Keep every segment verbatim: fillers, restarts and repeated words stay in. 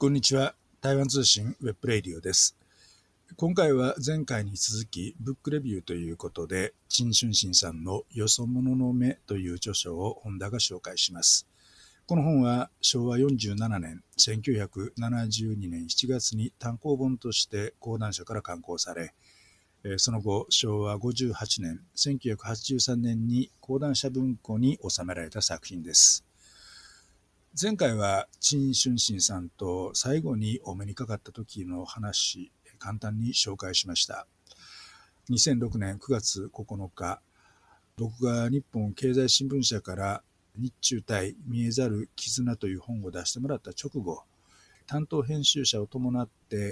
こんにちは。台湾通信ウェブレディオです。今回は前回に続きブックレビューということで、陳春新さんのよそ者の目という著書を本田が紹介します。この本はしょうわよんじゅうななねん、せんきゅうひゃくななじゅうにねんしちがつに単行本として講談社から刊行され、その後しょうわごじゅうはちねん、せんきゅうひゃくはちじゅうさんねんに講談社文庫に収められた作品です。前回は陳春新さんと最後にお目にかかった時の話、簡単に紹介しました。にせんろくねんくがつここのか、僕が日本経済新聞社から日中対見えざる絆という本を出してもらった直後、担当編集者を伴って、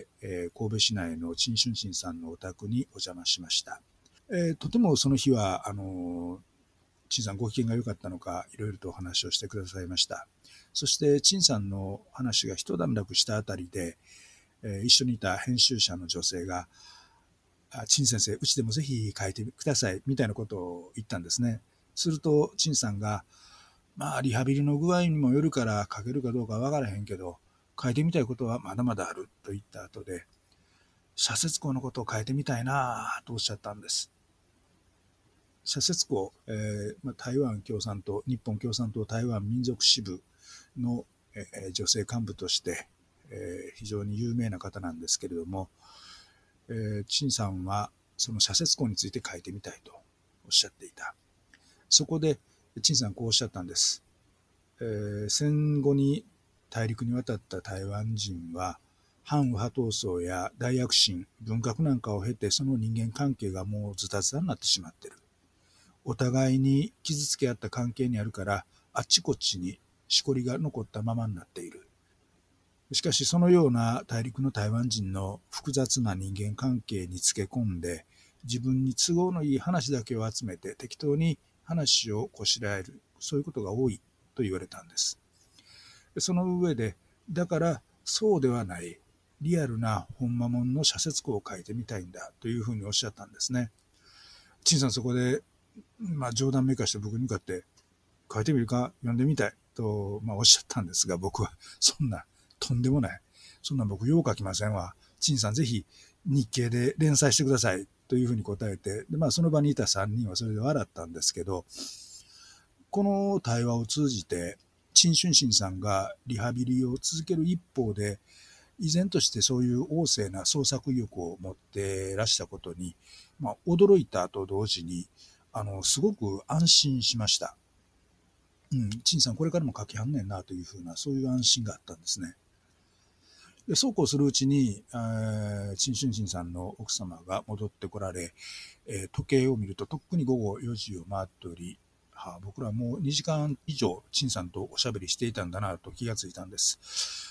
えー、神戸市内の陳春新さんのお宅にお邪魔しました。えー、とてもその日はあのー陳さんご機嫌が良かったのか、いろいろとお話をしてくださいました。そして陳さんの話が一段落したあたりで、えー、一緒にいた編集者の女性が、陳先生、うちでもぜひ書いてくださいみたいなことを言ったんですね。すると陳さんが、まあリハビリの具合にもよるから書けるかどうかわからへんけど、書いてみたいことはまだまだあると言った後で、社説公のことを書いてみたいなとおっしゃったんです。社説公、えーまあ、台湾共産党、日本共産党台湾民族支部の、えー、女性幹部として、えー、非常に有名な方なんですけれども、えー、陳さんはその社説公について書いてみたいとおっしゃっていた。そこで陳さんこうおっしゃったんです。えー、戦後に大陸に渡った台湾人は反右派闘争や大躍進、文革なんかを経てその人間関係がもうズタズタになってしまっている。お互いに傷つけ合った関係にあるからあっちこっちにしこりが残ったままになっている。しかしそのような大陸の台湾人の複雑な人間関係につけ込んで自分に都合のいい話だけを集めて適当に話をこしらえる、そういうことが多いと言われたんです。その上で、だからそうではないリアルなほんまもんの社説公を書いてみたいんだというふうにおっしゃったんですね。陳さんそこでまあ、冗談めかして僕に向かって書いてみるか読んでみたいと、まあ、おっしゃったんですが、僕はそんなとんでもない、そんな僕よう書きませんわ、陳さんぜひ日経で連載してくださいというふうに答えて、で、まあ、その場にいたさんにんはそれで笑ったんですけど、この対話を通じて陳春新さんがリハビリを続ける一方で依然としてそういう旺盛な創作意欲を持ってらしたことに、まあ、驚いたと同時にあのすごく安心しました。うん、陳さんこれからも書きはんねんなというふうなそういう安心があったんですね。でそうこうするうちに、えー、陳春新さんの奥様が戻ってこられ、えー、時計を見るととっくにごごよじを回っており、はあ、僕らもうにじかん以上陳さんとおしゃべりしていたんだなと気がついたんです。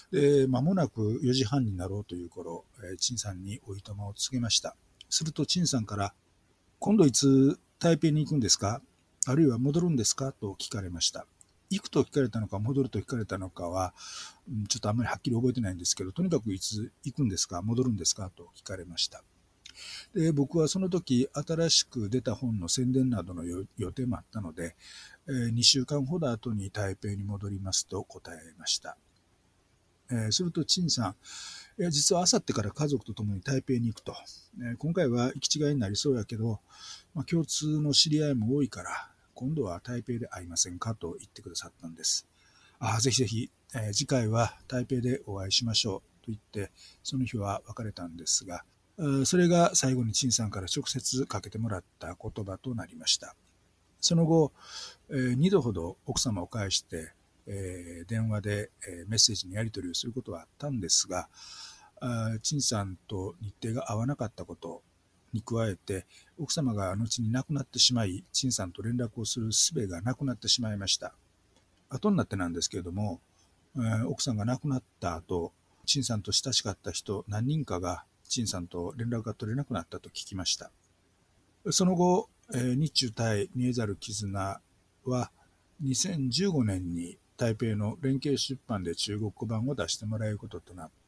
で間もなくよじはんになろうという頃、えー、陳さんにおいとまを告げました。すると陳さんから今度いつ台北に行くんですか、あるいは戻るんですかと聞かれました。行くと聞かれたのか戻ると聞かれたのかはちょっとあんまりはっきり覚えてないんですけど、とにかくいつ行くんですか戻るんですかと聞かれました。で僕はその時新しく出た本の宣伝などの予定もあったので、えー、にしゅうかんほど後に台北に戻りますと答えました。えー、すると陳さん、いや実はあさってから家族と共に台北に行くと、えー、今回は行き違いになりそうやけど、まあ、共通の知り合いも多いから今度は台北で会いませんかと言ってくださったんです。あぜひぜひ、えー、次回は台北でお会いしましょうと言ってその日は別れたんですが、それが最後に陳さんから直接かけてもらった言葉となりました。その後、えー、にどほど奥様を介して、えー、電話で、えー、メッセージのやり取りをすることはあったんですが、陳さんと日程が合わなかったことに加えて奥様が後に亡くなってしまい陳さんと連絡をする術がなくなってしまいました。後になってなんですけれども、えー、奥さんが亡くなった後陳さんと親しかった人何人かが陳さんと連絡が取れなくなったと聞きました。その後、えー、日中対見えざる絆はにせんじゅうごねんに台北の連携出版で中国語版を出してもらえることとなって、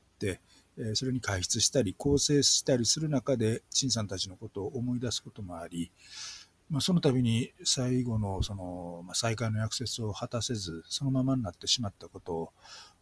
えー、それに開筆したり構成したりする中で陳さんたちのことを思い出すこともあり、まあ、その度に最後のその、まあ、再会の約束を果たせずそのままになってしまったことを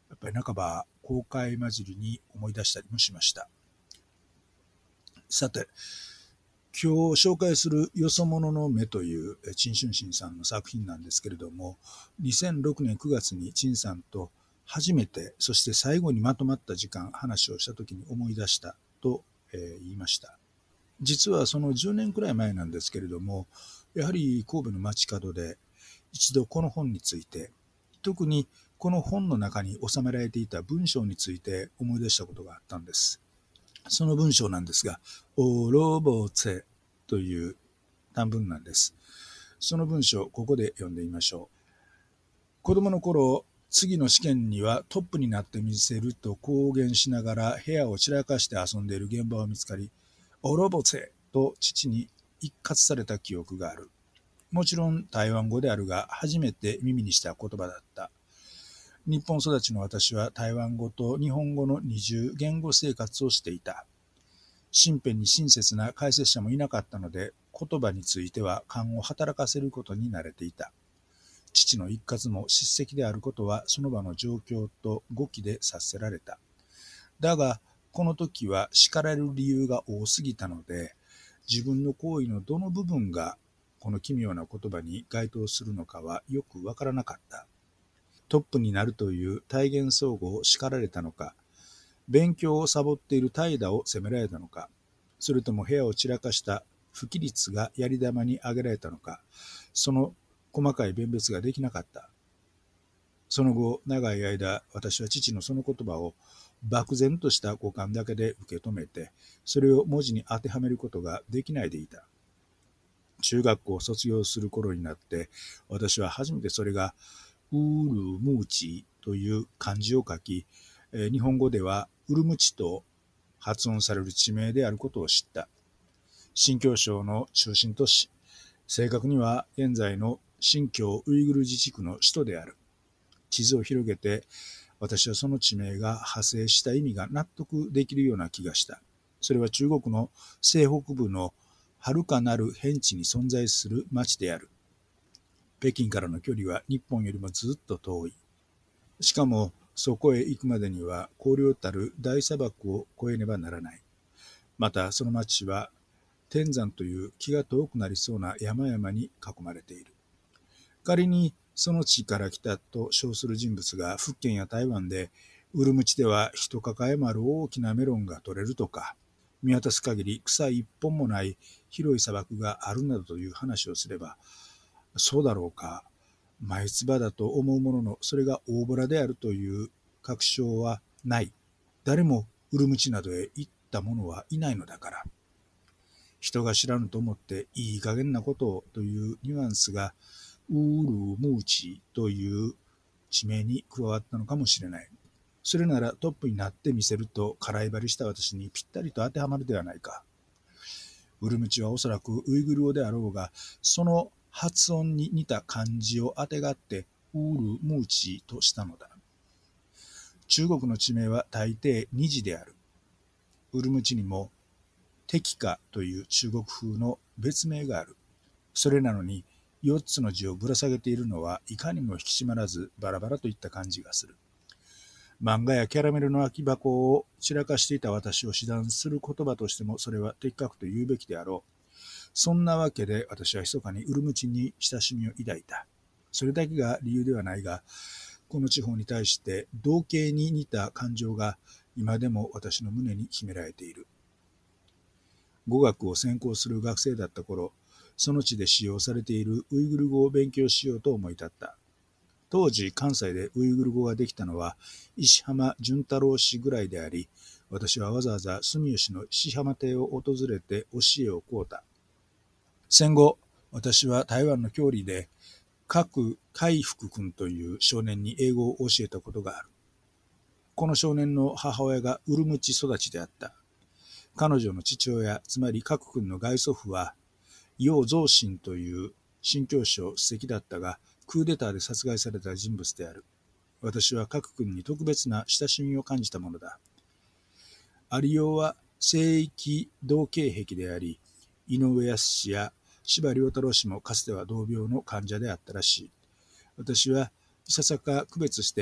やっぱり半ば後悔混じりに思い出したりもしました。さて、今日紹介するよそ者の目という陳春心さんの作品なんですけれども、にせんろくねんくがつに陳さんと初めて、そして最後にまとまった時間話をした時に思い出したと、えー、言いました。実はそのじゅうねんくらい前なんですけれども、やはり神戸の街角で一度この本について、特にこの本の中に収められていた文章について思い出したことがあったんです。その文章なんですが、オロボツェという短文なんです。その文章、ここで読んでみましょう。子供の頃、次の試験にはトップになってみせると公言しながら部屋を散らかして遊んでいる現場を見つかり、オロボツェと父に一喝された記憶がある。もちろん台湾語であるが、初めて耳にした言葉だった。日本育ちの私は台湾語と日本語の二重言語生活をしていた。身辺に親切な解説者もいなかったので、言葉については勘を働かせることに慣れていた。父の一喝も叱責であることはその場の状況と語気で察せられた。だが、この時は叱られる理由が多すぎたので、自分の行為のどの部分がこの奇妙な言葉に該当するのかはよくわからなかった。トップになるという体現相互を叱られたのか、勉強をサボっている怠惰を責められたのか、それとも部屋を散らかした不規律がやり玉に挙げられたのか、その細かい弁別ができなかった。その後、長い間、私は父のその言葉を漠然とした五感だけで受け止めて、それを文字に当てはめることができないでいた。中学校を卒業する頃になって、私は初めてそれがウールムーチという漢字を書き、日本語ではウルムチと発音される地名であることを知った。新疆省の中心都市、正確には現在の新疆ウイグル自治区の首都である。地図を広げて、私はその地名が派生した意味が納得できるような気がした。それは中国の西北部の遥かなる辺地に存在する町である。北京からの距離は日本よりもずっと遠い。しかもそこへ行くまでには荒涼たる大砂漠を越えねばならない。またその町は天山という気が遠くなりそうな山々に囲まれている。仮にその地から来たと称する人物が福建や台湾でウルムチでは一抱えもある大きなメロンが取れるとか、見渡す限り草一本もない広い砂漠があるなどという話をすれば、そうだろうか、前唾だと思うものの、それが大ボラであるという確証はない。誰もウルムチなどへ行った者はいないのだから。人が知らぬと思っていい加減なことをというニュアンスがウールムーチという地名に加わったのかもしれない。それならトップになってみせると空い張りした私にぴったりと当てはまるではないか。ウルムチはおそらくウイグル語であろうが、その発音に似た漢字をあてがってウールムーチとしたのだ。中国の地名は大抵二字である。ウルムチにもテキカという中国風の別名がある。それなのによっつの字をぶら下げているのはいかにも引き締まらずバラバラといった感じがする。漫画やキャラメルの空き箱を散らかしていた私を指弾する言葉としてもそれは的確と言うべきであろう。そんなわけで私は密かにウルムチに親しみを抱いた。それだけが理由ではないが、この地方に対して同型に似た感情が今でも私の胸に秘められている。語学を専攻する学生だった頃、その地で使用されているウイグル語を勉強しようと思い立った。当時関西でウイグル語ができたのは石浜潤太郎氏ぐらいであり、私はわざわざ住吉の石浜邸を訪れて教えを請うた。戦後、私は台湾の郷里で郭海福君という少年に英語を教えたことがある。この少年の母親がウルムチ育ちであった。彼女の父親、つまり郭君の外祖父は楊増信という新教省主席だったが、クーデターで殺害された人物である。私は郭君に特別な親しみを感じたものだ。有用は聖域同系癖であり、井上康氏や司馬遼太郎氏もかつては同病の患者であったらしい。私はいささか区別して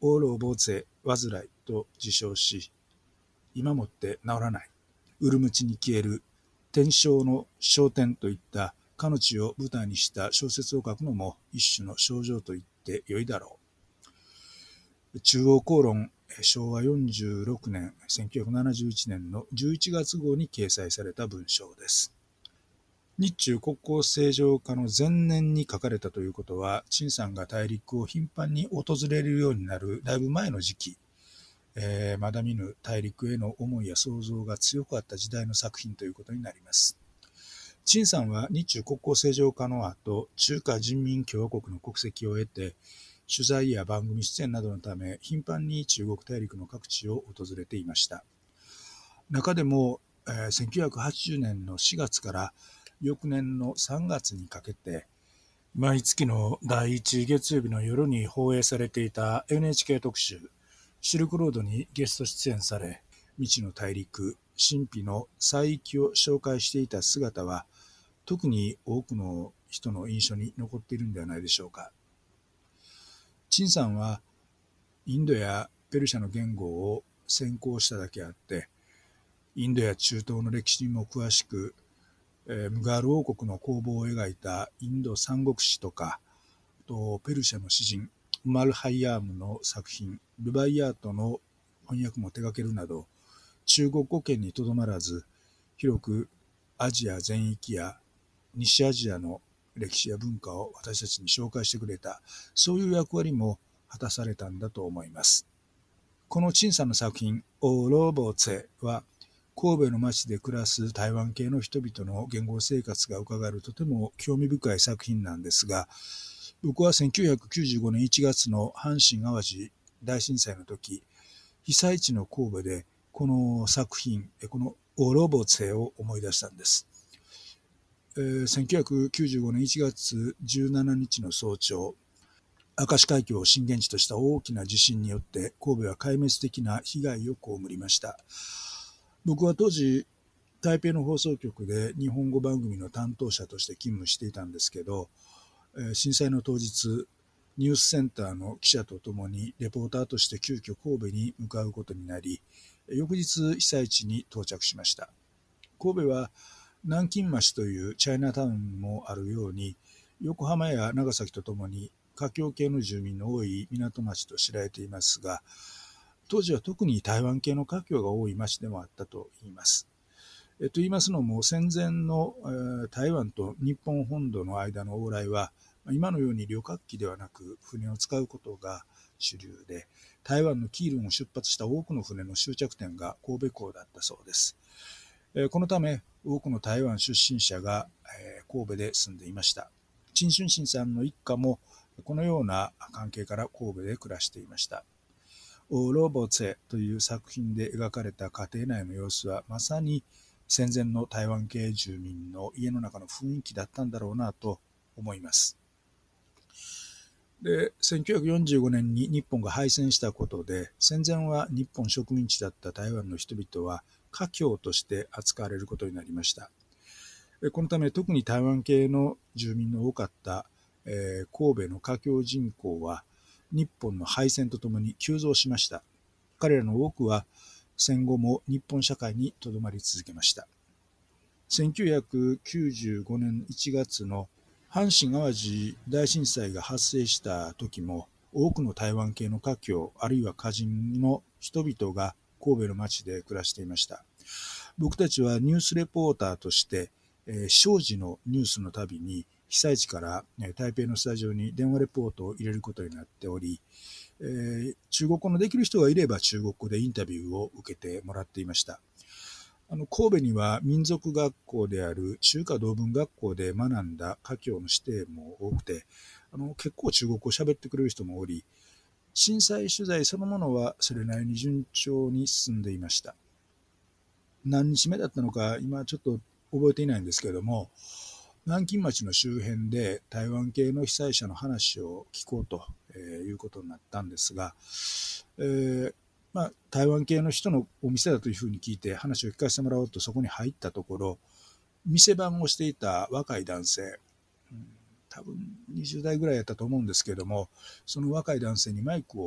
往老呆性患いと自称し、今もって治らない、ウルムチに消える、天正の昇天といったかの地を舞台にした小説を書くのも一種の症状と言ってよいだろう。中央公論しょうわよんじゅうろくねんせんきゅうひゃくななじゅういちねんのじゅういちがつ号に掲載された文章です。日中国交正常化の前年に書かれたということは、陳さんが大陸を頻繁に訪れるようになるだいぶ前の時期、えー、まだ見ぬ大陸への思いや想像が強くあった時代の作品ということになります。陳さんは日中国交正常化の後、中華人民共和国の国籍を得て、取材や番組出演などのため、頻繁に中国大陸の各地を訪れていました。中でも、えー、せんきゅうひゃくはちじゅうねんのしがつから翌年のさんがつにかけて、毎月のだいいち月曜日の夜に放映されていた エヌエイチケー 特集、シルクロードにゲスト出演され、未知の大陸、神秘の西域を紹介していた姿は、特に多くの人の印象に残っているのではないでしょうか。陳さんはインドやペルシャの言語を専攻しただけあって、インドや中東の歴史にも詳しく、えー、ムガール王国の興亡を描いたインド三国志とか、とペルシャの詩人ウマル・ハイヤームの作品ルバイヤートの翻訳も手掛けるなど、中国語圏にとどまらず、広くアジア全域や西アジアの歴史や文化を私たちに紹介してくれた、そういう役割も果たされたんだと思います。この陳さんの作品「オーロボツェ」は、神戸の町で暮らす台湾系の人々の言語生活が伺えるとても興味深い作品なんですが、僕はせんきゅうひゃくきゅうじゅうごねんいちがつの阪神・淡路大震災の時、被災地の神戸でこの作品、このオーロボツェを思い出したんです。えー、せんきゅうひゃくきゅうじゅうごねんいちがつじゅうしちにちの早朝、明石海峡を震源地とした大きな地震によって神戸は壊滅的な被害を被りました。僕は当時台北の放送局で日本語番組の担当者として勤務していたんですけど、えー、震災の当日、ニュースセンターの記者とともにレポーターとして急遽神戸に向かうことになり、翌日被災地に到着しました。神戸は南京町というチャイナタウンもあるように、横浜や長崎とともに華僑系の住民の多い港町と知られていますが、当時は特に台湾系の華僑が多い町でもあったと言います。えと言いますのも、戦前の、えー、台湾と日本本土の間の往来は、今のように旅客機ではなく船を使うことが主流で、台湾のキールンを出発した多くの船の終着点が神戸港だったそうです。このため多くの台湾出身者が神戸で住んでいました。陳春心さんの一家もこのような関係から神戸で暮らしていました。オーロボツェという作品で描かれた家庭内の様子は、まさに戦前の台湾系住民の家の中の雰囲気だったんだろうなと思います。で、せんきゅうひゃくよんじゅうごねんに日本が敗戦したことで、戦前は日本植民地だった台湾の人々は華僑として扱われることになりました。このため特に台湾系の住民の多かった、えー、神戸の華僑人口は日本の敗戦とともに急増しました。彼らの多くは戦後も日本社会にとどまり続けました。せんきゅうひゃくきゅうじゅうごねんいちがつの阪神・淡路大震災が発生した時も、多くの台湾系の華僑あるいは華人の人々が神戸の町で暮らしていました。僕たちはニュースレポーターとして、えー、生時のニュースのたびに被災地から、ね、台北のスタジオに電話レポートを入れることになっており、えー、中国語のできる人がいれば中国語でインタビューを受けてもらっていました。あの神戸には民族学校である中華同文学校で学んだ華僑の指定も多くて、あの結構中国語を喋ってくれる人もおり、震災取材そのものはそれなりに順調に進んでいました。何日目だったのか今ちょっと覚えていないんですけれども、南京町の周辺で台湾系の被災者の話を聞こうということになったんですが、えーまあ、台湾系の人のお店だというふうに聞いて話を聞かせてもらおうとそこに入ったところ、店番をしていた若い男性、うん多分にじゅうだいぐらいやったと思うんですけれども、その若い男性にマイクを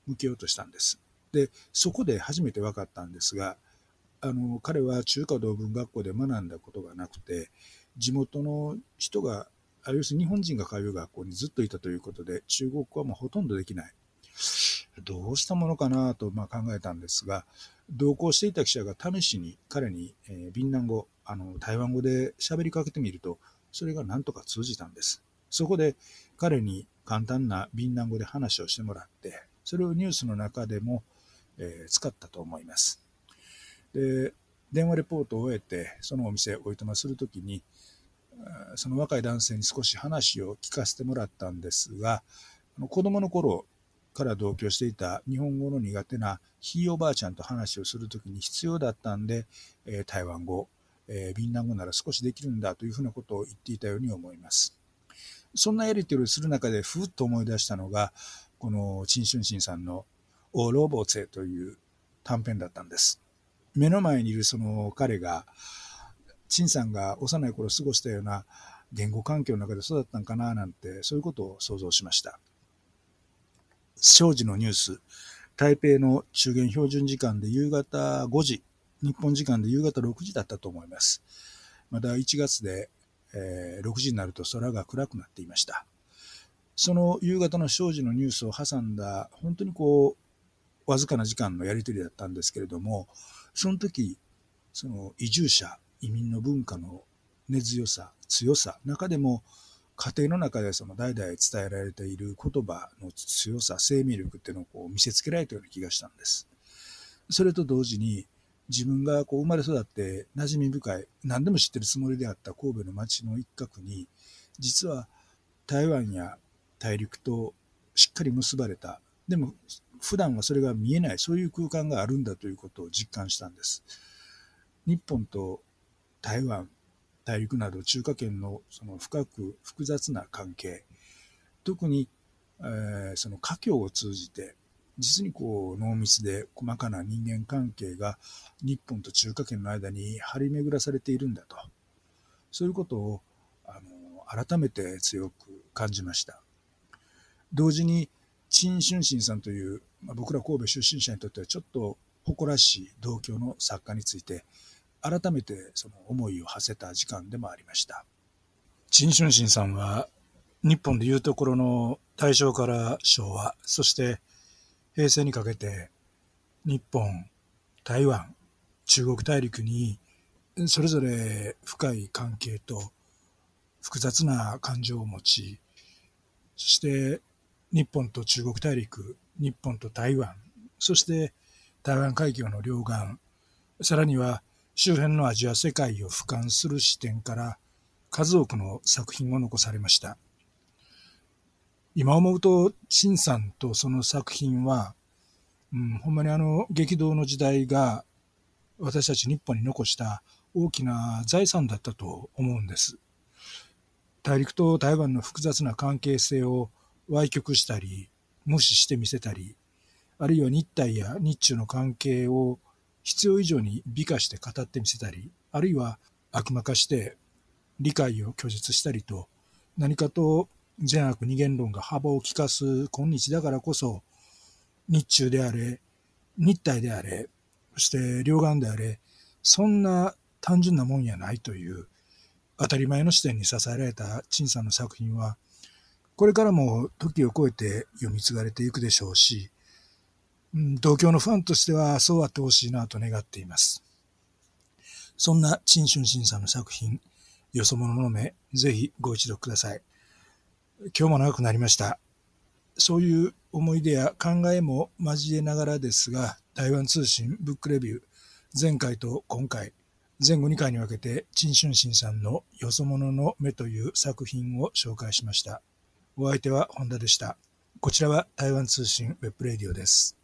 向けようとしたんです。で、そこで初めて分かったんですが、あの彼は中華道文学校で学んだことがなくて、地元の人が、要するに日本人が通う学校にずっといたということで、中国語はもうほとんどできない。どうしたものかなとまあ考えたんですが、同行していた記者が試しに彼に、えー、闽南語、あの台湾語で喋りかけてみると、それがなんとか通じたんです。そこで彼に簡単な闽南語で話をしてもらって、それをニュースの中でも、えー、使ったと思います。で、電話レポートを終えて、そのお店をおいとまするときに、その若い男性に少し話を聞かせてもらったんですが、子供の頃から同居していた日本語の苦手なひいおばあちゃんと話をするときに必要だったんで、えー、台湾語、えー、闽南語なら少しできるんだというふうなことを言っていたように思います。そんなやり取りをする中でふっと思い出したのが、この陳春心さんのオーロボツェという短編だったんです。目の前にいるその彼が、陳さんが幼い頃過ごしたような言語環境の中で育ったんかななんて、そういうことを想像しました。正時のニュース、台北の中原標準時間で夕方ごじ、日本時間で夕方ろくじだったと思います。まだいちがつで、えー、ろくじになると空が暗くなっていました。その夕方の正時のニュースを挟んだ、本当にこう、わずかな時間のやり取りだったんですけれども、その時、その移住者、移民の文化の根強さ、強さ、中でも家庭の中でその代々伝えられている言葉の強さ、生命力っていうのをこう見せつけられたような気がしたんです。それと同時に、自分がこう生まれ育って馴染み深い、何でも知ってるつもりであった神戸の町の一角に、実は台湾や大陸としっかり結ばれた、でも普段はそれが見えない、そういう空間があるんだということを実感したんです。日本と台湾、大陸など中華圏のその深く複雑な関係、特に、えー、その華僑を通じて実にこう濃密で細かな人間関係が日本と中華圏の間に張り巡らされているんだと、そういうことをあの改めて強く感じました。同時に陳春心さんという、まあ、僕ら神戸出身者にとってはちょっと誇らしい同郷の作家について改めてその思いを馳せた時間でもありました。陳春心さんは日本でいうところの大正から昭和、そして平成にかけて日本、台湾、中国大陸にそれぞれ深い関係と複雑な感情を持ち、そして日本と中国大陸、日本と台湾、そして台湾海峡の両岸、さらには周辺のアジア世界を俯瞰する視点から数多くの作品を残されました。今思うと陳さんとその作品は、うん、ほんまにあの激動の時代が私たち日本に残した大きな財産だったと思うんです。大陸と台湾の複雑な関係性を歪曲したり無視して見せたり、あるいは日台や日中の関係を必要以上に美化して語ってみせたり、あるいは悪魔化して理解を拒絶したりと、何かと善悪二元論が幅を利かす今日だからこそ、日中であれ、日台であれ、そして両岸であれ、そんな単純なもんやないという当たり前の視点に支えられた陳さんの作品は、これからも時を超えて読み継がれていくでしょうし、同郷のファンとしてはそうあってほしいなと願っています。そんな陳春心さんの作品、よそ者の目、ぜひご一読ください。今日も長くなりました。そういう思い出や考えも交えながらですが、台湾通信ブックレビュー、前回と今回、前後にかいに分けて陳春心さんのよそ者の目という作品を紹介しました。お相手は本田でした。こちらは台湾通信ウェブレディオです。